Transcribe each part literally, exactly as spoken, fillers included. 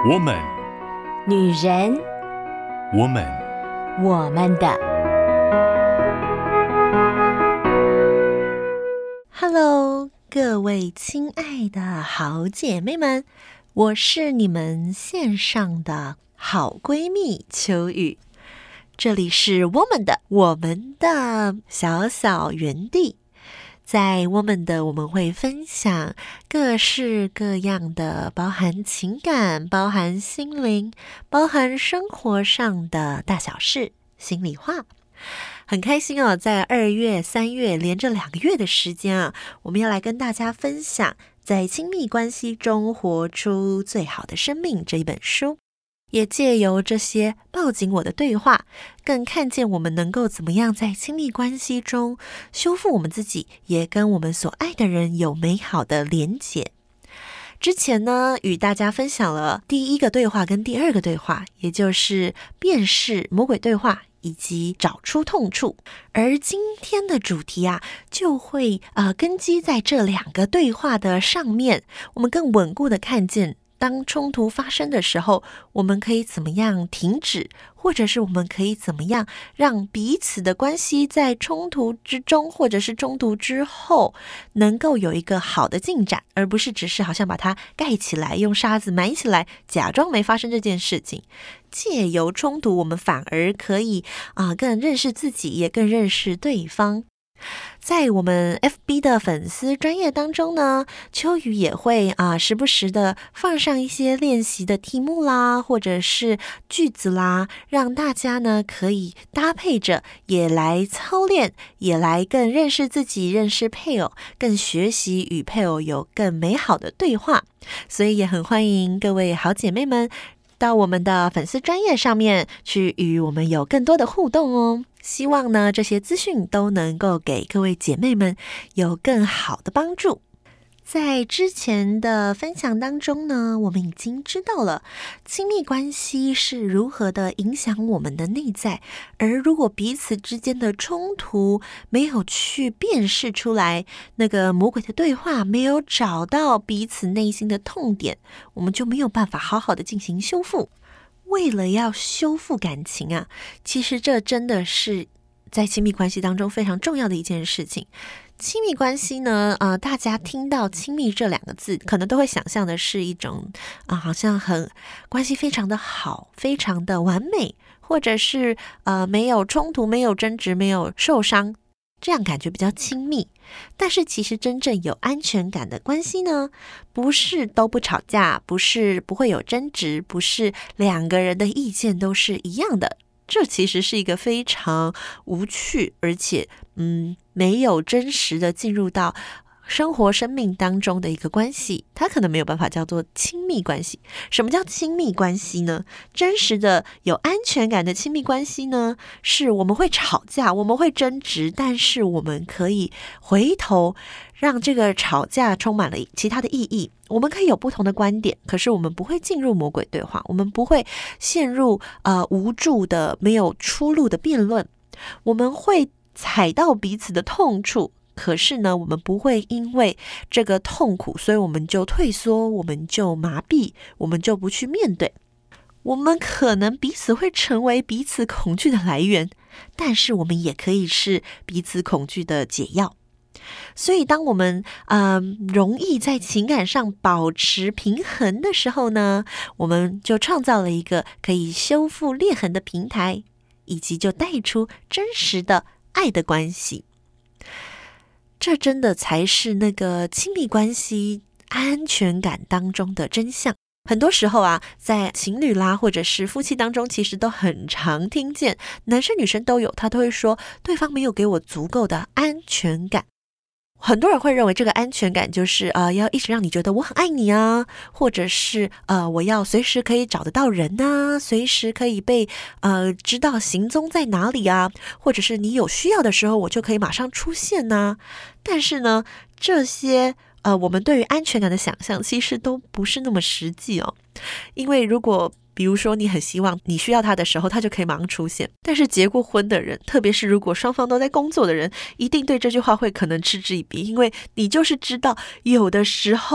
我们， 女人， 我们， 我们的。Hello， 各位亲爱的好姐妹们，我是你们线上的好闺蜜秋雨，这里是我们的我们的小小园地。在我们的我们会分享各式各样的包含情感、包含心灵、包含生活上的大小事、心里话。很开心哦，在二月、三月连着两个月的时间啊，我们要来跟大家分享在亲密关系中活出最好的生命这一本书。也借由这些抱紧我的对话，更看见我们能够怎么样在亲密关系中修复我们自己，也跟我们所爱的人有美好的连结。之前呢，与大家分享了第一个对话跟第二个对话，也就是辨识魔鬼对话以及找出痛处。而今天的主题啊，就会呃根基在这两个对话的上面，我们更稳固的看见当冲突发生的时候，我们可以怎么样停止，或者是我们可以怎么样让彼此的关系在冲突之中，或者是冲突之后能够有一个好的进展，而不是只是好像把它盖起来，用沙子埋起来，假装没发生这件事情。借由冲突，我们反而可以啊、呃、更认识自己，也更认识对方。在我们 F B 的粉丝专页当中呢，秋雨也会啊、呃、时不时的放上一些练习的题目啦，或者是句子啦，让大家呢可以搭配着也来操练，也来更认识自己，认识配偶，更学习与配偶有更美好的对话。所以也很欢迎各位好姐妹们到我们的粉丝专页上面去与我们有更多的互动哦。希望呢，这些资讯都能够给各位姐妹们有更好的帮助。在之前的分享当中呢，我们已经知道了亲密关系是如何的影响我们的内在，而如果彼此之间的冲突没有去辨识出来，那个魔鬼的对话没有找到彼此内心的痛点，我们就没有办法好好的进行修复。为了要修复感情啊，其实这真的是在亲密关系当中非常重要的一件事情。亲密关系呢，呃，大家听到亲密这两个字，可能都会想象的是一种啊、呃，好像很关系非常的好，非常的完美，或者是呃没有冲突、没有争执、没有受伤，这样感觉比较亲密。但是其实真正有安全感的关系呢，不是都不吵架，不是不会有争执，不是两个人的意见都是一样的。这其实是一个非常无趣，而且嗯没有真实的进入到生活生命当中的一个关系，它可能没有办法叫做亲密关系。什么叫亲密关系呢？真实的有安全感的亲密关系呢，是我们会吵架，我们会争执，但是我们可以回头让这个吵架充满了其他的意义。我们可以有不同的观点，可是我们不会进入魔鬼对话，我们不会陷入呃无助的没有出路的辩论，我们会踩到彼此的痛处，可是呢，我们不会因为这个痛苦，所以我们就退缩，我们就麻痹，我们就不去面对。我们可能彼此会成为彼此恐惧的来源，但是我们也可以是彼此恐惧的解药。所以当我们呃容易在情感上保持平衡的时候呢，我们就创造了一个可以修复裂痕的平台，以及就带出真实的爱的关系。这真的才是那个亲密关系安全感当中的真相。很多时候啊，在情侣啦或者是夫妻当中，其实都很常听见男生女生都有，他都会说对方没有给我足够的安全感。很多人会认为这个安全感就是呃要一直让你觉得我很爱你啊，或者是呃我要随时可以找得到人啊，随时可以被呃知道行踪在哪里啊，或者是你有需要的时候我就可以马上出现啊。但是呢，这些呃我们对于安全感的想象其实都不是那么实际哦。因为如果比如说你很希望你需要他的时候他就可以马上出现，但是结过婚的人，特别是如果双方都在工作的人，一定对这句话会可能嗤之以鼻，因为你就是知道有的时候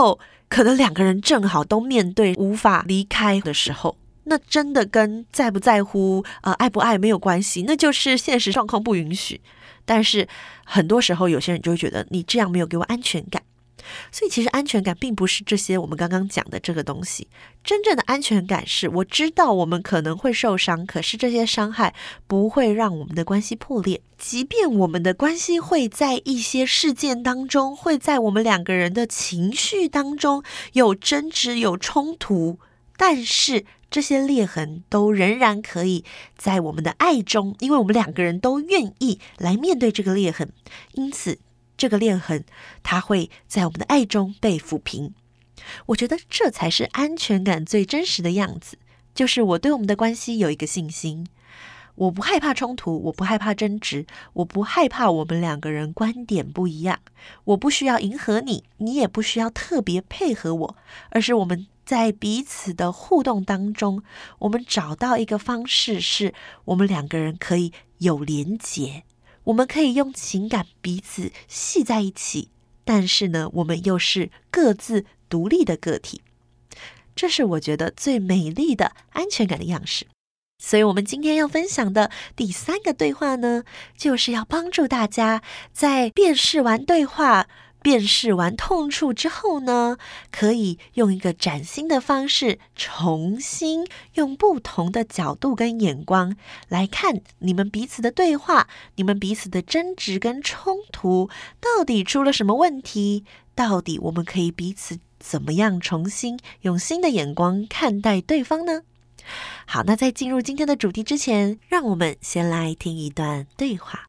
可能两个人正好都面对无法离开的时候，那真的跟在不在乎、呃爱不爱没有关系，那就是现实状况不允许。但是很多时候有些人就会觉得你这样没有给我安全感，所以其实安全感并不是这些我们刚刚讲的这个东西，真正的安全感是我知道我们可能会受伤，可是这些伤害不会让我们的关系破裂，即便我们的关系会在一些事件当中，会在我们两个人的情绪当中有争执有冲突，但是这些裂痕都仍然可以在我们的爱中，因为我们两个人都愿意来面对这个裂痕，因此这个裂痕它会在我们的爱中被抚平。我觉得这才是安全感最真实的样子，就是我对我们的关系有一个信心，我不害怕冲突，我不害怕争执，我不害怕我们两个人观点不一样，我不需要迎合你，你也不需要特别配合我，而是我们在彼此的互动当中，我们找到一个方式，是我们两个人可以有连结，我们可以用情感彼此系在一起，但是呢，我们又是各自独立的个体。这是我觉得最美丽的安全感的样式。所以我们今天要分享的第三个对话呢，就是要帮助大家在辨识完对话、辨识完痛处之后呢，可以用一个崭新的方式，重新用不同的角度跟眼光来看你们彼此的对话，你们彼此的争执跟冲突到底出了什么问题，到底我们可以彼此怎么样重新用新的眼光看待对方呢？好，那在进入今天的主题之前，让我们先来听一段对话。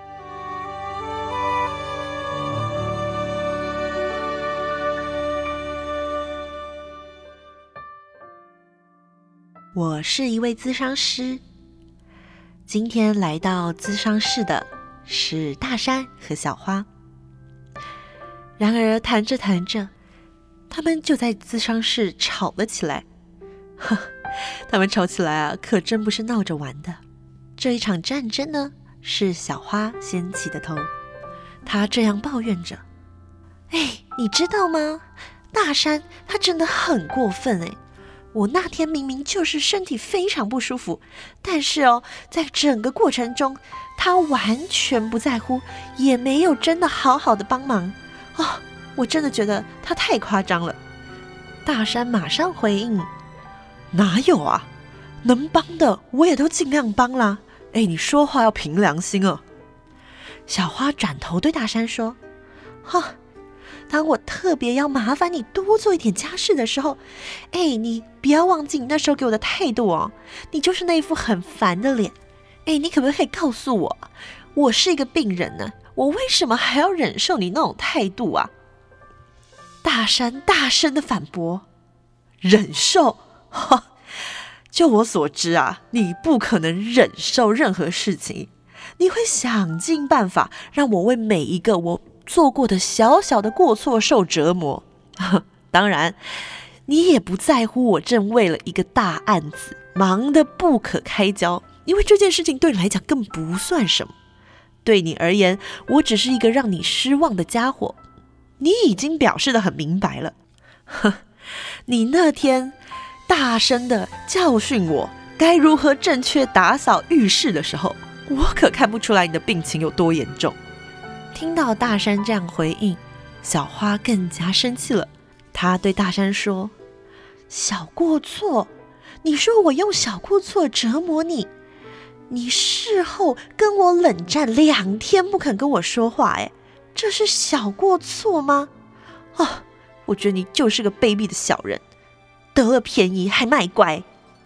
我是一位咨商师，今天来到咨商室的是大山和小花。然而谈着谈着，他们就在咨商室吵了起来。呵，他们吵起来啊，可真不是闹着玩的。这一场战争呢，是小花先起的头。她这样抱怨着：哎，你知道吗？大山他真的很过分哎！我那天明明就是身体非常不舒服，但是哦，在整个过程中，他完全不在乎，也没有真的好好的帮忙。哦，我真的觉得他太夸张了。大山马上回应：哪有啊，能帮的我也都尽量帮啦。哎，你说话要凭良心哦。小花转头对大山说：哈，当我特别要麻烦你多做一点家事的时候，哎，你不要忘记你那时候给我的态度哦，你就是那一副很烦的脸。哎，你可不可以告诉我，我是一个病人呢，我为什么还要忍受你那种态度啊？大山大声的反驳：忍受？哈，就我所知啊，你不可能忍受任何事情，你会想尽办法让我为每一个我做过的小小的过错受折磨。当然，你也不在乎我正为了一个大案子忙得不可开交，因为这件事情对你来讲根本不算什么。对你而言，我只是一个让你失望的家伙，你已经表示得很明白了。呵，你那天大声地教训我该如何正确打扫浴室的时候，我可看不出来你的病情有多严重。听到大山这样回应，小花更加生气了。她对大山说：小过错？你说我用小过错折磨你？你事后跟我冷战两天不肯跟我说话，哎，这是小过错吗？哦，我觉得你就是个卑鄙的小人，得了便宜还卖乖。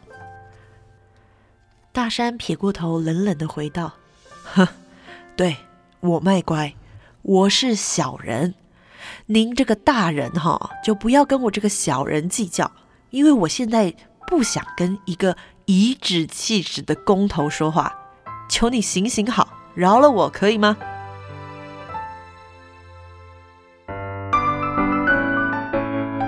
大山撇过头，冷冷地回道：哼，对，我卖乖，我是小人。您这个大人哈，就不要跟我这个小人计较，因为我现在不想跟一个颐指气使的工头说话，求你行行好，饶了我可以吗？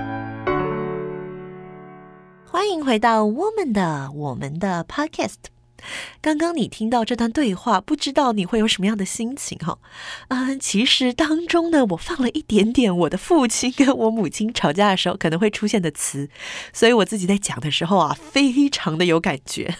欢迎回到我们的我们的 podcast， 刚刚你听到这段对话，不知道你会有什么样的心情哈？嗯，其实当中呢，我放了一点点我的父亲跟我母亲吵架的时候可能会出现的词，所以我自己在讲的时候啊，非常的有感觉。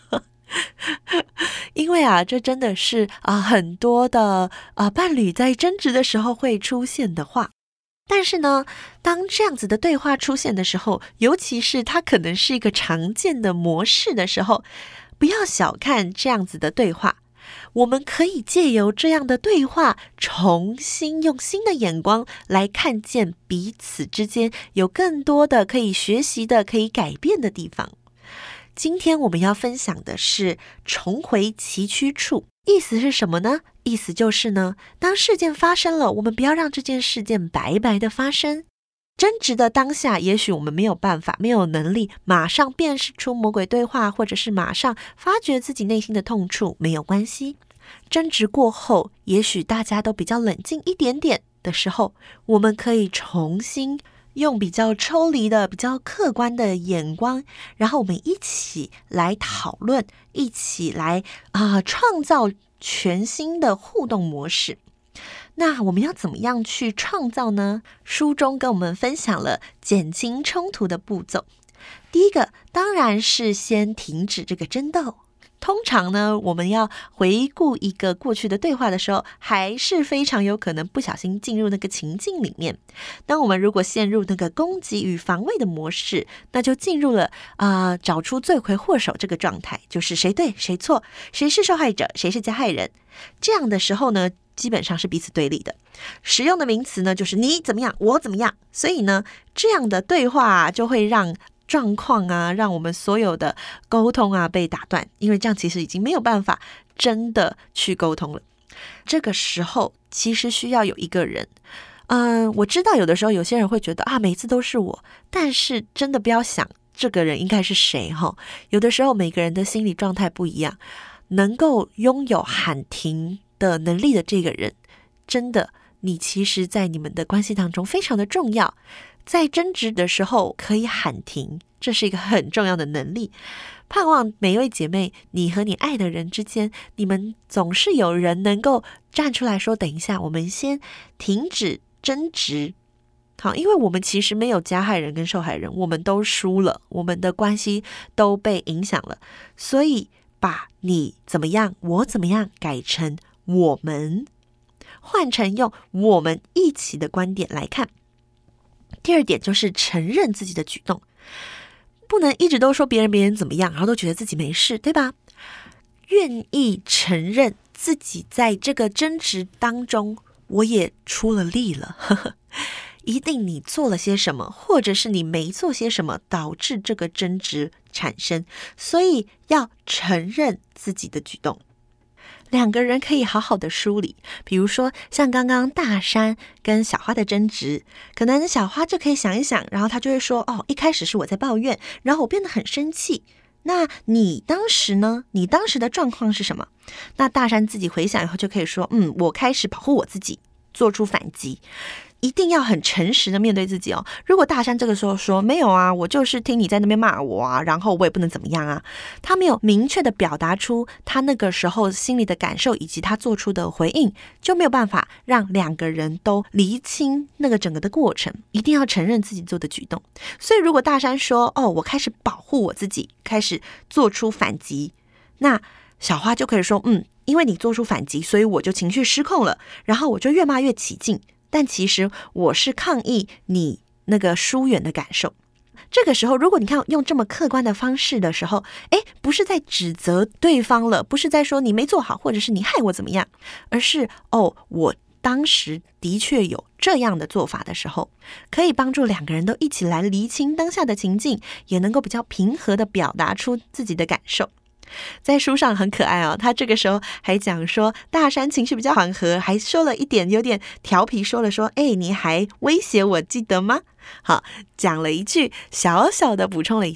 因为啊，这真的是啊很多的啊伴侣在争执的时候会出现的话。但是呢，当这样子的对话出现的时候，尤其是它可能是一个常见的模式的时候，不要小看这样子的对话。我们可以借由这样的对话，重新用新的眼光来看见彼此之间有更多的可以学习的、可以改变的地方。今天我们要分享的是重回崎岖处，意思是什么呢？意思就是呢，当事件发生了，我们不要让这件事件白白的发生。争执的当下，也许我们没有办法，没有能力马上辨识出魔鬼对话，或者是马上发觉自己内心的痛处，没有关系。争执过后，也许大家都比较冷静一点点的时候，我们可以重新用比较抽离的、比较客观的眼光，然后我们一起来讨论，一起来啊、呃、创造全新的互动模式。那我们要怎么样去创造呢？书中跟我们分享了减轻冲突的步骤。第一个当然是先停止这个争斗。通常呢，我们要回顾一个过去的对话的时候，还是非常有可能不小心进入那个情境里面。当我们如果陷入那个攻击与防卫的模式，那就进入了啊、呃、找出罪魁祸首这个状态，就是谁对谁错，谁是受害者，谁是加害人。这样的时候呢，基本上是彼此对立的。使用的名词呢，就是你怎么样，我怎么样。所以呢，这样的对话、啊、就会让状况啊，让我们所有的沟通啊被打断，因为这样其实已经没有办法真的去沟通了。这个时候其实需要有一个人，嗯，我知道有的时候有些人会觉得啊，每次都是我，但是真的不要想这个人应该是谁哈。有的时候每个人的心理状态不一样，能够拥有喊停的能力的这个人，真的，你其实在你们的关系当中非常的重要。在争执的时候可以喊停，这是一个很重要的能力。盼望每一位姐妹，你和你爱的人之间，你们总是有人能够站出来说，等一下，我们先停止争执。好，因为我们其实没有加害人跟受害人，我们都输了，我们的关系都被影响了。所以把你怎么样，我怎么样改成我们，换成用我们一起的观点来看。第二点就是承认自己的举动，不能一直都说别人别人怎么样，然后都觉得自己没事，对吧？愿意承认自己在这个争执当中，我也出了力了，呵呵，一定你做了些什么，或者是你没做些什么，导致这个争执产生，所以要承认自己的举动。两个人可以好好的梳理，比如说像刚刚大山跟小花的争执，可能小花就可以想一想，然后他就会说，哦，一开始是我在抱怨，然后我变得很生气，那你当时呢？你当时的状况是什么？那大山自己回想以后就可以说，嗯，我开始保护我自己，做出反击。一定要很诚实的面对自己哦。如果大山这个时候说没有啊，我就是听你在那边骂我啊，然后我也不能怎么样啊，他没有明确的表达出他那个时候心里的感受以及他做出的回应，就没有办法让两个人都厘清那个整个的过程。一定要承认自己做的举动。所以如果大山说，哦，我开始保护我自己，开始做出反击，那小花就可以说，嗯，因为你做出反击，所以我就情绪失控了，然后我就越骂越起劲，但其实我是抗议你那个疏远的感受。这个时候如果你看用这么客观的方式的时候，诶，不是在指责对方了，不是在说你没做好，或者是你害我怎么样，而是哦，我当时的确有这样的做法的时候，可以帮助两个人都一起来厘清当下的情境，也能够比较平和的表达出自己的感受。在书上很可爱哦，他这个时候还讲说大山情绪比较缓和，还说了一点有点调皮，说了说，哎，你还威胁我记得吗？好，讲了一句小小的补充了一下。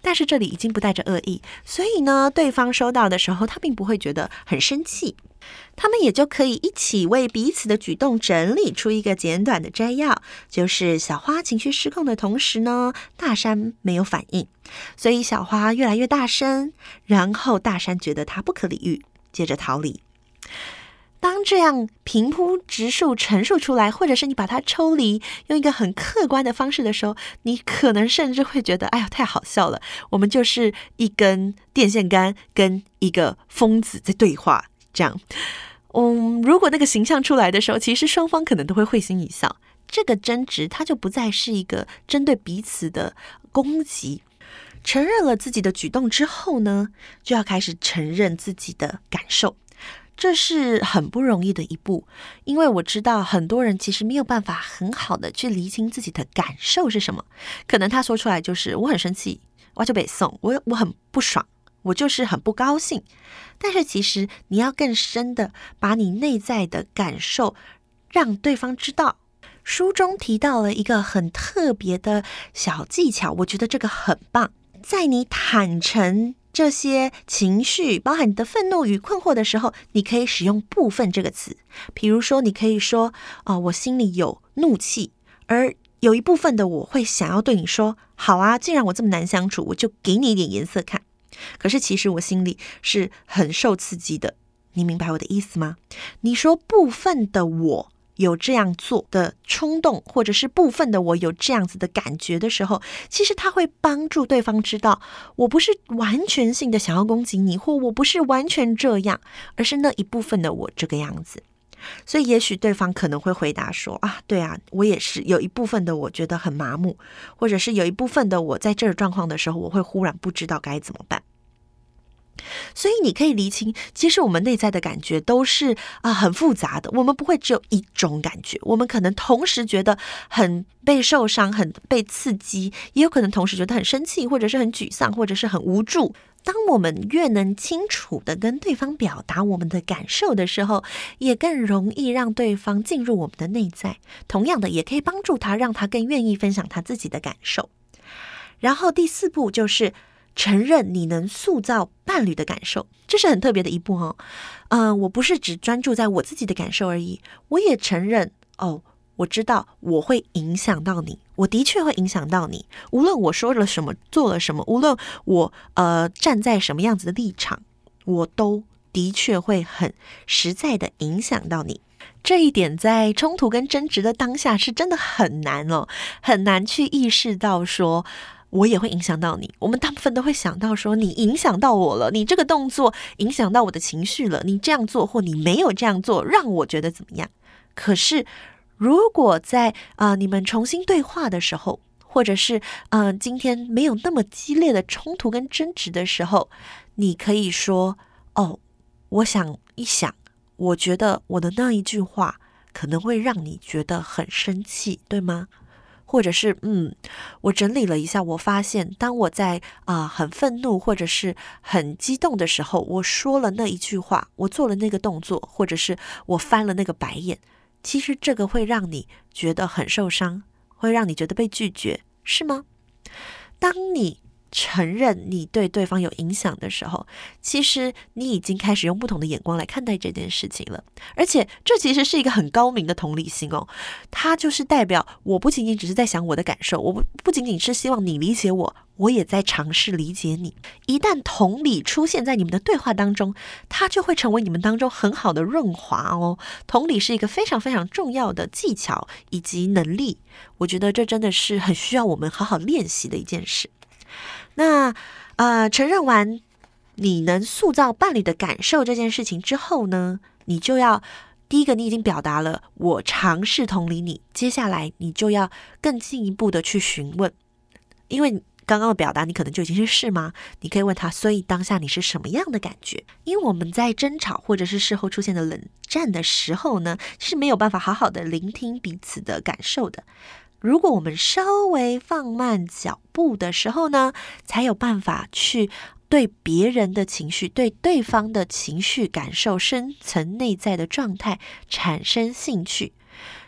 但是这里已经不带着恶意，所以呢，对方收到的时候，他并不会觉得很生气。他们也就可以一起为彼此的举动整理出一个简短的摘要，就是小花情绪失控的同时呢，大山没有反应，所以小花越来越大声，然后大山觉得他不可理喻，接着逃离。当这样平铺直述陈述出来，或者是你把它抽离，用一个很客观的方式的时候，你可能甚至会觉得，哎呀，太好笑了，我们就是一根电线杆跟一个疯子在对话，这样。嗯，如果那个形象出来的时候，其实双方可能都会会心一笑。这个争执它就不再是一个针对彼此的攻击。承认了自己的举动之后呢，就要开始承认自己的感受。这是很不容易的一步，因为我知道很多人其实没有办法很好的去厘清自己的感受是什么。可能他说出来就是我很生气，我就被送，我我很不爽，我就是很不高兴。但是其实你要更深的把你内在的感受让对方知道。书中提到了一个很特别的小技巧，我觉得这个很棒。在你坦诚这些情绪，包含你的愤怒与困惑的时候，你可以使用部分这个词。比如说你可以说、呃、我心里有怒气，而有一部分的我会想要对你说，好啊，既然我这么难相处，我就给你一点颜色看。可是其实我心里是很受刺激的，你明白我的意思吗？你说部分的我有这样做的冲动，或者是部分的我有这样子的感觉的时候，其实它会帮助对方知道，我不是完全性的想要攻击你，或我不是完全这样，而是那一部分的我这个样子。所以也许对方可能会回答说，啊，对啊，我也是有一部分的我觉得很麻木，或者是有一部分的我在这儿状况的时候，我会忽然不知道该怎么办。所以你可以厘清，其实我们内在的感觉都是啊、呃、很复杂的，我们不会只有一种感觉，我们可能同时觉得很被受伤，很被刺激，也有可能同时觉得很生气，或者是很沮丧，或者是很无助。当我们越能清楚的跟对方表达我们的感受的时候，也更容易让对方进入我们的内在，同样的也可以帮助他，让他更愿意分享他自己的感受。然后第四步就是承认你能塑造伴侣的感受，这是很特别的一步哦。嗯、呃，我不是只专注在我自己的感受而已，我也承认哦，我知道我会影响到你，我的确会影响到你。无论我说了什么，做了什么，无论我呃站在什么样子的立场，我都的确会很实在的影响到你。这一点在冲突跟争执的当下是真的很难哦，很难去意识到说我也会影响到你。我们大部分都会想到说，你影响到我了，你这个动作影响到我的情绪了，你这样做或你没有这样做让我觉得怎么样。可是如果在呃你们重新对话的时候，或者是呃今天没有那么激烈的冲突跟争执的时候，你可以说，哦，我想一想，我觉得我的那一句话可能会让你觉得很生气，对吗？或者是嗯，我整理了一下，我发现当我在啊、呃、很愤怒或者是很激动的时候，我说了那一句话，我做了那个动作，或者是我翻了那个白眼，其实这个会让你觉得很受伤，会让你觉得被拒绝，是吗？当你承认你对对方有影响的时候，其实你已经开始用不同的眼光来看待这件事情了。而且这其实是一个很高明的同理心哦，它就是代表我不仅仅只是在想我的感受，我不不仅仅是希望你理解我，我也在尝试理解你。一旦同理出现在你们的对话当中，它就会成为你们当中很好的润滑哦。同理是一个非常非常重要的技巧以及能力，我觉得这真的是很需要我们好好练习的一件事。那呃，承认完你能塑造伴侣的感受这件事情之后呢，你就要第一个，你已经表达了我尝试同理你，接下来你就要更进一步的去询问，因为刚刚的表达你可能就已经是是吗？你可以问他，所以当下你是什么样的感觉？因为我们在争吵或者是事后出现的冷战的时候呢，是没有办法好好的聆听彼此的感受的。如果我们稍微放慢脚步的时候呢，才有办法去对别人的情绪，对对方的情绪感受深层内在的状态产生兴趣。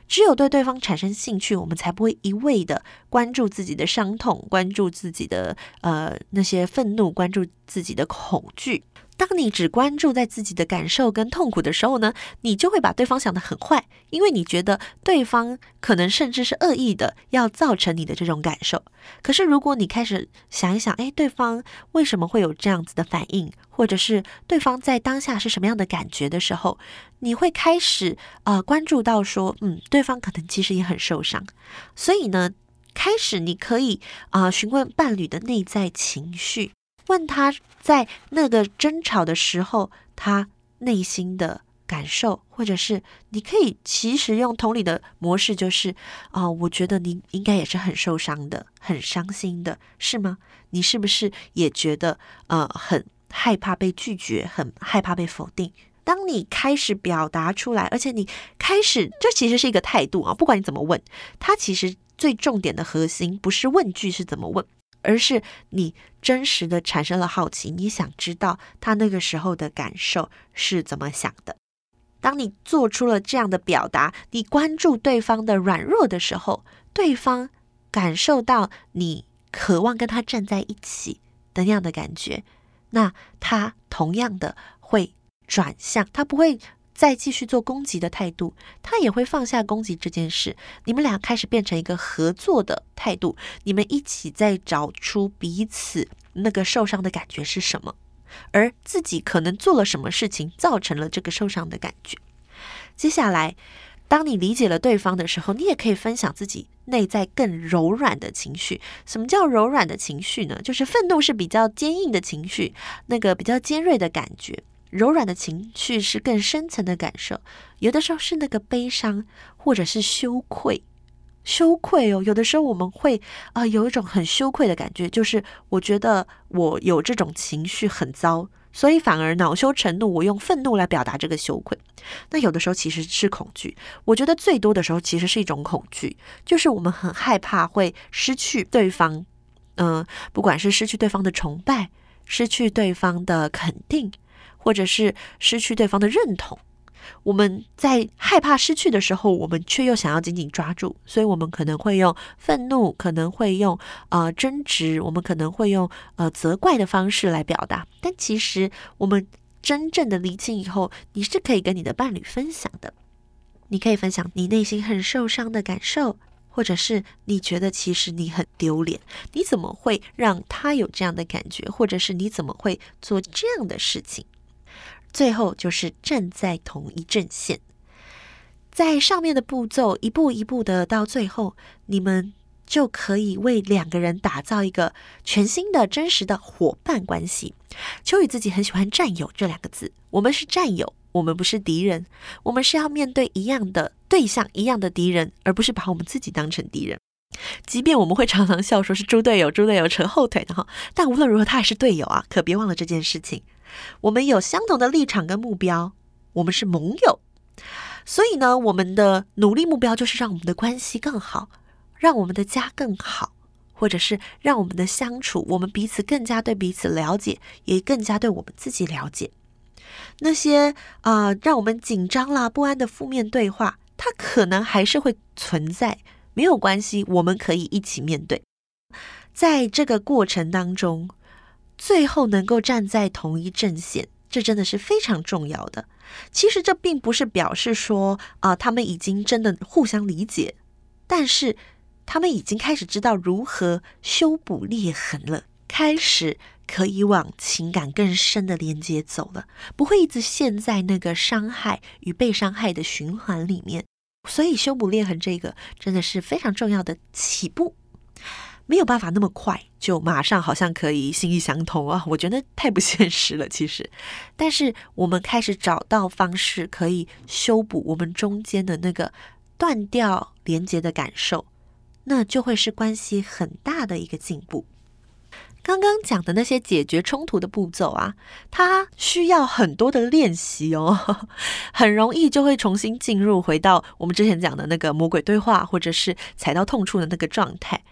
只有对对方产生兴趣，我们才不会一味的关注自己的伤痛，关注自己的呃那些愤怒，关注自己的恐惧。当你只关注在自己的感受跟痛苦的时候呢，你就会把对方想得很坏，因为你觉得对方可能甚至是恶意的要造成你的这种感受。可是如果你开始想一想，诶，对方为什么会有这样子的反应，或者是对方在当下是什么样的感觉的时候，你会开始呃关注到说，嗯，对方可能其实也很受伤。所以呢，开始你可以啊、呃、询问伴侣的内在情绪，问他在那个争吵的时候他内心的感受，或者是你可以其实用同理的模式，就是啊、呃，我觉得你应该也是很受伤的，很伤心的，是吗？你是不是也觉得呃很害怕被拒绝，很害怕被否定？当你开始表达出来，而且你开始，这其实是一个态度啊，不管你怎么问，它其实最重点的核心不是问句是怎么问，而是你真实的产生了好奇，你想知道他那个时候的感受是怎么想的。当你做出了这样的表达，你关注对方的软弱的时候，对方感受到你渴望跟他站在一起的那样的感觉，那他同样的会转向，他不会再继续做攻击的态度，他也会放下攻击这件事，你们俩开始变成一个合作的态度，你们一起在找出彼此那个受伤的感觉是什么，而自己可能做了什么事情造成了这个受伤的感觉。接下来当你理解了对方的时候，你也可以分享自己内在更柔软的情绪。什么叫柔软的情绪呢？就是愤怒是比较坚硬的情绪，那个比较尖锐的感觉，柔软的情绪是更深层的感受，有的时候是那个悲伤，或者是羞愧。羞愧哦，有的时候我们会啊、呃、有一种很羞愧的感觉，就是我觉得我有这种情绪很糟，所以反而恼羞成怒，我用愤怒来表达这个羞愧。那有的时候其实是恐惧，我觉得最多的时候其实是一种恐惧，就是我们很害怕会失去对方，嗯、呃，不管是失去对方的崇拜，失去对方的肯定，或者是失去对方的认同。我们在害怕失去的时候，我们却又想要紧紧抓住，所以我们可能会用愤怒，可能会用呃争执，我们可能会用呃责怪的方式来表达。但其实我们真正的厘清以后，你是可以跟你的伴侣分享的。你可以分享你内心很受伤的感受，或者是你觉得其实你很丢脸，你怎么会让他有这样的感觉，或者是你怎么会做这样的事情。最后就是站在同一阵线，在上面的步骤一步一步的到最后，你们就可以为两个人打造一个全新的真实的伙伴关系。秋雨自己很喜欢战友这两个字，我们是战友，我们不是敌人，我们是要面对一样的对象，一样的敌人，而不是把我们自己当成敌人。即便我们会常常笑说是猪队友，猪队友扯后腿的哈，但无论如何他还是队友啊，可别忘了这件事情。我们有相同的立场跟目标，我们是盟友，所以呢，我们的努力目标就是让我们的关系更好，让我们的家更好，或者是让我们的相处，我们彼此更加对彼此了解，也更加对我们自己了解。那些啊、呃、让我们紧张啦、不安的负面对话，它可能还是会存在，没有关系，我们可以一起面对。在这个过程当中，最后能够站在同一阵线，这真的是非常重要的。其实这并不是表示说啊、呃，他们已经真的互相理解，但是他们已经开始知道如何修补裂痕了，开始可以往情感更深的连接走了，不会一直陷在那个伤害与被伤害的循环里面。所以修补裂痕这个真的是非常重要的起步，没有办法那么快就马上好像可以心意相通啊，我觉得太不现实了其实。但是我们开始找到方式可以修补我们中间的那个断掉连接的感受，那就会是关系很大的一个进步。刚刚讲的那些解决冲突的步骤啊，它需要很多的练习哦，很容易就会重新进入回到我们之前讲的那个魔鬼对话，或者是踩到痛处的那个状态。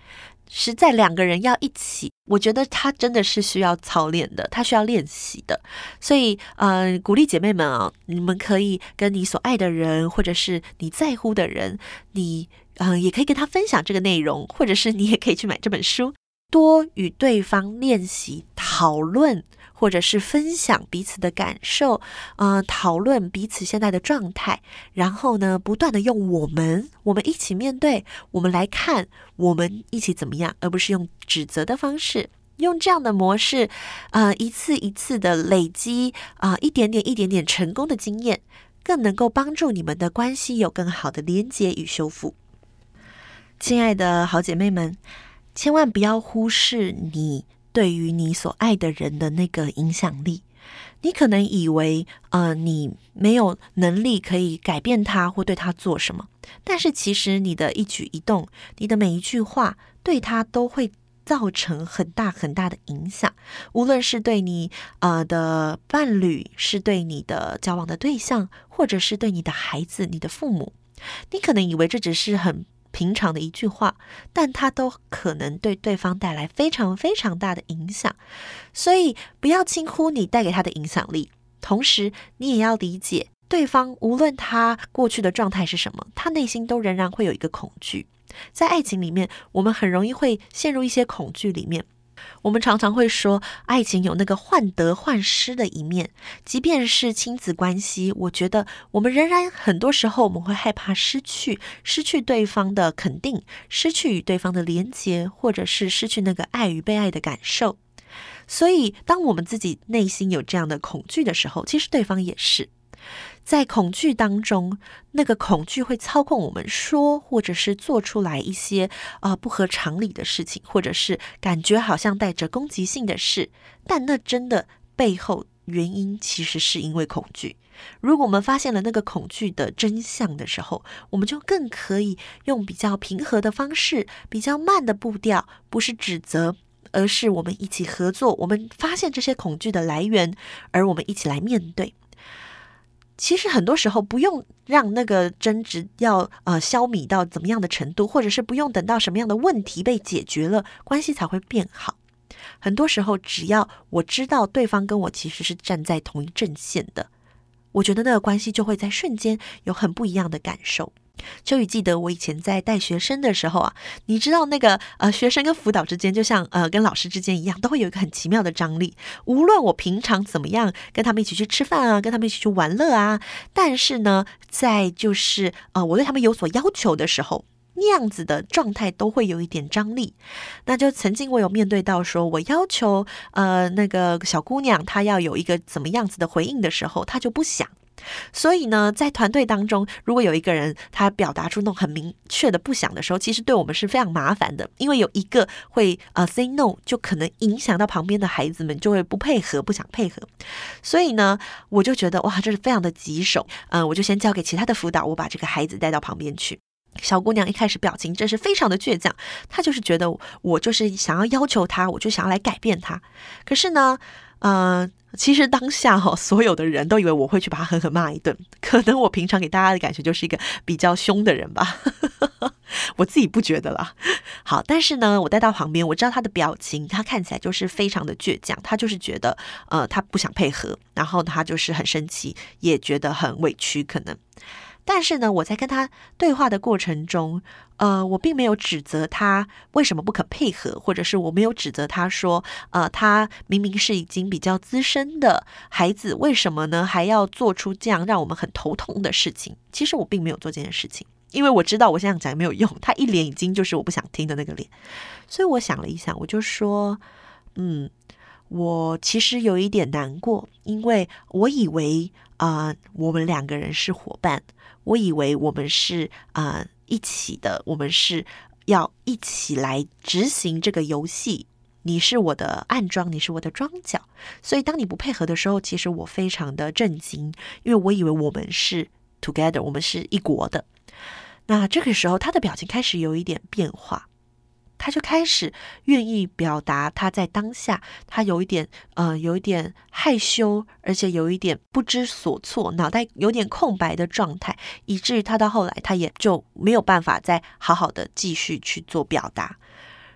实在两个人要一起，我觉得他真的是需要操练的，他需要练习的。所以呃，鼓励姐妹们啊，你们可以跟你所爱的人，或者是你在乎的人，你呃也可以跟他分享这个内容，或者是你也可以去买这本书，多与对方练习讨论，或者是分享彼此的感受，呃，讨论彼此现在的状态，然后呢，不断的用我们，我们一起面对，我们来看，我们一起怎么样，而不是用指责的方式。用这样的模式，呃，一次一次的累积，啊、呃，一点点一点点成功的经验，更能够帮助你们的关系有更好的连结与修复。亲爱的好姐妹们，千万不要忽视你对于你所爱的人的那个影响力。你可能以为呃，你没有能力可以改变他或对他做什么，但是其实你的一举一动，你的每一句话对他都会造成很大很大的影响，无论是对你呃的伴侣，是对你的交往的对象，或者是对你的孩子，你的父母。你可能以为这只是很平常的一句话，但它都可能对对方带来非常非常大的影响。所以不要轻忽你带给他的影响力，同时你也要理解对方，无论他过去的状态是什么，他内心都仍然会有一个恐惧。在爱情里面，我们很容易会陷入一些恐惧里面。我们常常会说，爱情有那个患得患失的一面，即便是亲子关系，我觉得我们仍然很多时候我们会害怕失去，失去对方的肯定，失去与对方的连结，或者是失去那个爱与被爱的感受。所以当我们自己内心有这样的恐惧的时候，其实对方也是。在恐惧当中，那个恐惧会操控我们说或者是做出来一些呃不合常理的事情，或者是感觉好像带着攻击性的事，但那真的背后原因其实是因为恐惧。如果我们发现了那个恐惧的真相的时候，我们就更可以用比较平和的方式，比较慢的步调，不是指责，而是我们一起合作，我们发现这些恐惧的来源，而我们一起来面对。其实很多时候不用让那个争执要呃消弭到怎么样的程度，或者是不用等到什么样的问题被解决了，关系才会变好。很多时候只要我知道对方跟我其实是站在同一阵线的，我觉得那个关系就会在瞬间有很不一样的感受。秋雨记得我以前在带学生的时候啊，你知道那个呃学生跟辅导之间就像呃跟老师之间一样，都会有一个很奇妙的张力。无论我平常怎么样跟他们一起去吃饭啊，跟他们一起去玩乐啊，但是呢在就是呃我对他们有所要求的时候，那样子的状态都会有一点张力。那就曾经我有面对到说，我要求呃那个小姑娘她要有一个怎么样子的回应的时候，她就不想。所以呢，在团队当中，如果有一个人他表达出那种很明确的不想的时候，其实对我们是非常麻烦的，因为有一个会呃 say no， 就可能影响到旁边的孩子们就会不配合，不想配合。所以呢，我就觉得哇，这是非常的棘手，呃，我就先交给其他的辅导，我把这个孩子带到旁边去。小姑娘一开始表情真是非常的倔强，她就是觉得我就是想要要求她，我就想要来改变她。可是呢，呃。其实当下哦，所有的人都以为我会去把他狠狠骂一顿，可能我平常给大家的感觉就是一个比较凶的人吧，我自己不觉得啦。好，但是呢，我带到旁边，我知道他的表情，他看起来就是非常的倔强，他就是觉得呃他不想配合，然后他就是很生气，也觉得很委屈可能。但是呢，我在跟他对话的过程中，呃，我并没有指责他为什么不肯配合，或者是我没有指责他说，呃，他明明是已经比较资深的孩子，为什么呢还要做出这样让我们很头痛的事情？其实我并没有做这件事情，因为我知道我现在讲也没有用，他一脸已经就是我不想听的那个脸。所以我想了一想，我就说，嗯，我其实有一点难过，因为我以为啊、呃，我们两个人是伙伴。我以为我们是啊、呃、一起的，我们是要一起来执行这个游戏。你是我的暗桩，你是我的庄脚，所以当你不配合的时候，其实我非常的震惊，因为我以为我们是 together， 我们是一国的。那这个时候，他的表情开始有一点变化。他就开始愿意表达他在当下，他有一点呃，有一点害羞，而且有一点不知所措，脑袋有点空白的状态，以至于他到后来他也就没有办法再好好的继续去做表达。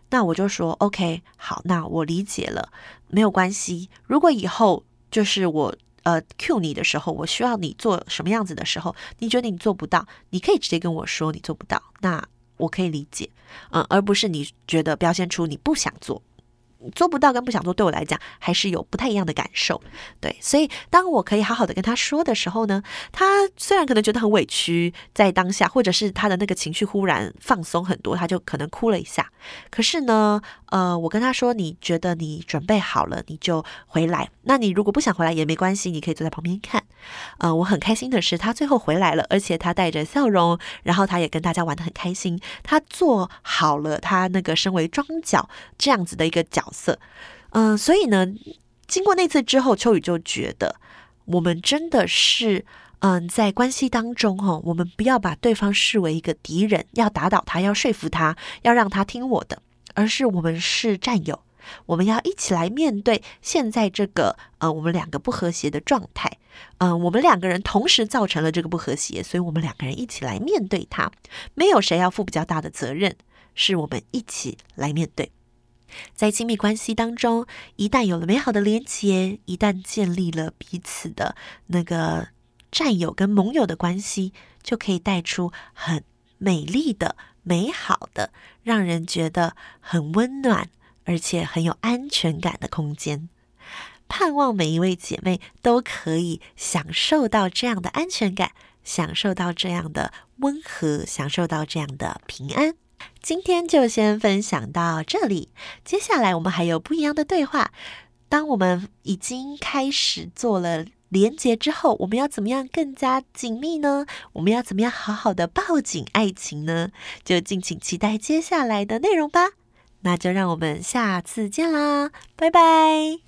那我就说 OK， 好，那我理解了，没有关系。如果以后就是我呃 cue 你的时候，我需要你做什么样子的时候，你觉得你做不到，你可以直接跟我说你做不到，那我可以理解，嗯，而不是你觉得表现出你不想做。做不到跟不想做对我来讲还是有不太一样的感受，对，所以当我可以好好的跟他说的时候呢，他虽然可能觉得很委屈在当下，或者是他的那个情绪忽然放松很多，他就可能哭了一下，可是呢呃，我跟他说你觉得你准备好了你就回来，那你如果不想回来也没关系，你可以坐在旁边看。呃，我很开心的是他最后回来了，而且他带着笑容，然后他也跟大家玩得很开心，他做好了他那个身为庄脚这样子的一个角色。嗯、呃，所以呢经过那次之后，秋雨就觉得我们真的是嗯，在关系当中哦，我们不要把对方视为一个敌人，要打倒他，要说服他，要让他听我的，而是我们是战友，我们要一起来面对现在这个呃我们两个不和谐的状态。嗯、呃，我们两个人同时造成了这个不和谐，所以我们两个人一起来面对它，没有谁要负比较大的责任，是我们一起来面对。在亲密关系当中，一旦有了美好的连结，一旦建立了彼此的那个战友跟盟友的关系，就可以带出很美丽的、美好的，让人觉得很温暖而且很有安全感的空间。盼望每一位姐妹都可以享受到这样的安全感，享受到这样的温和，享受到这样的平安。今天就先分享到这里，接下来我们还有不一样的对话。当我们已经开始做了连结之后，我们要怎么样更加紧密呢？我们要怎么样好好的抱紧爱情呢？就敬请期待接下来的内容吧。那就让我们下次见啦，拜拜。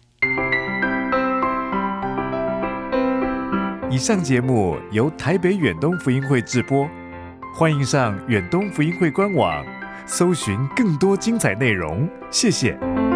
以上节目由台北远东福音会制播，欢迎上远东福音会官网搜寻更多精彩内容，谢谢。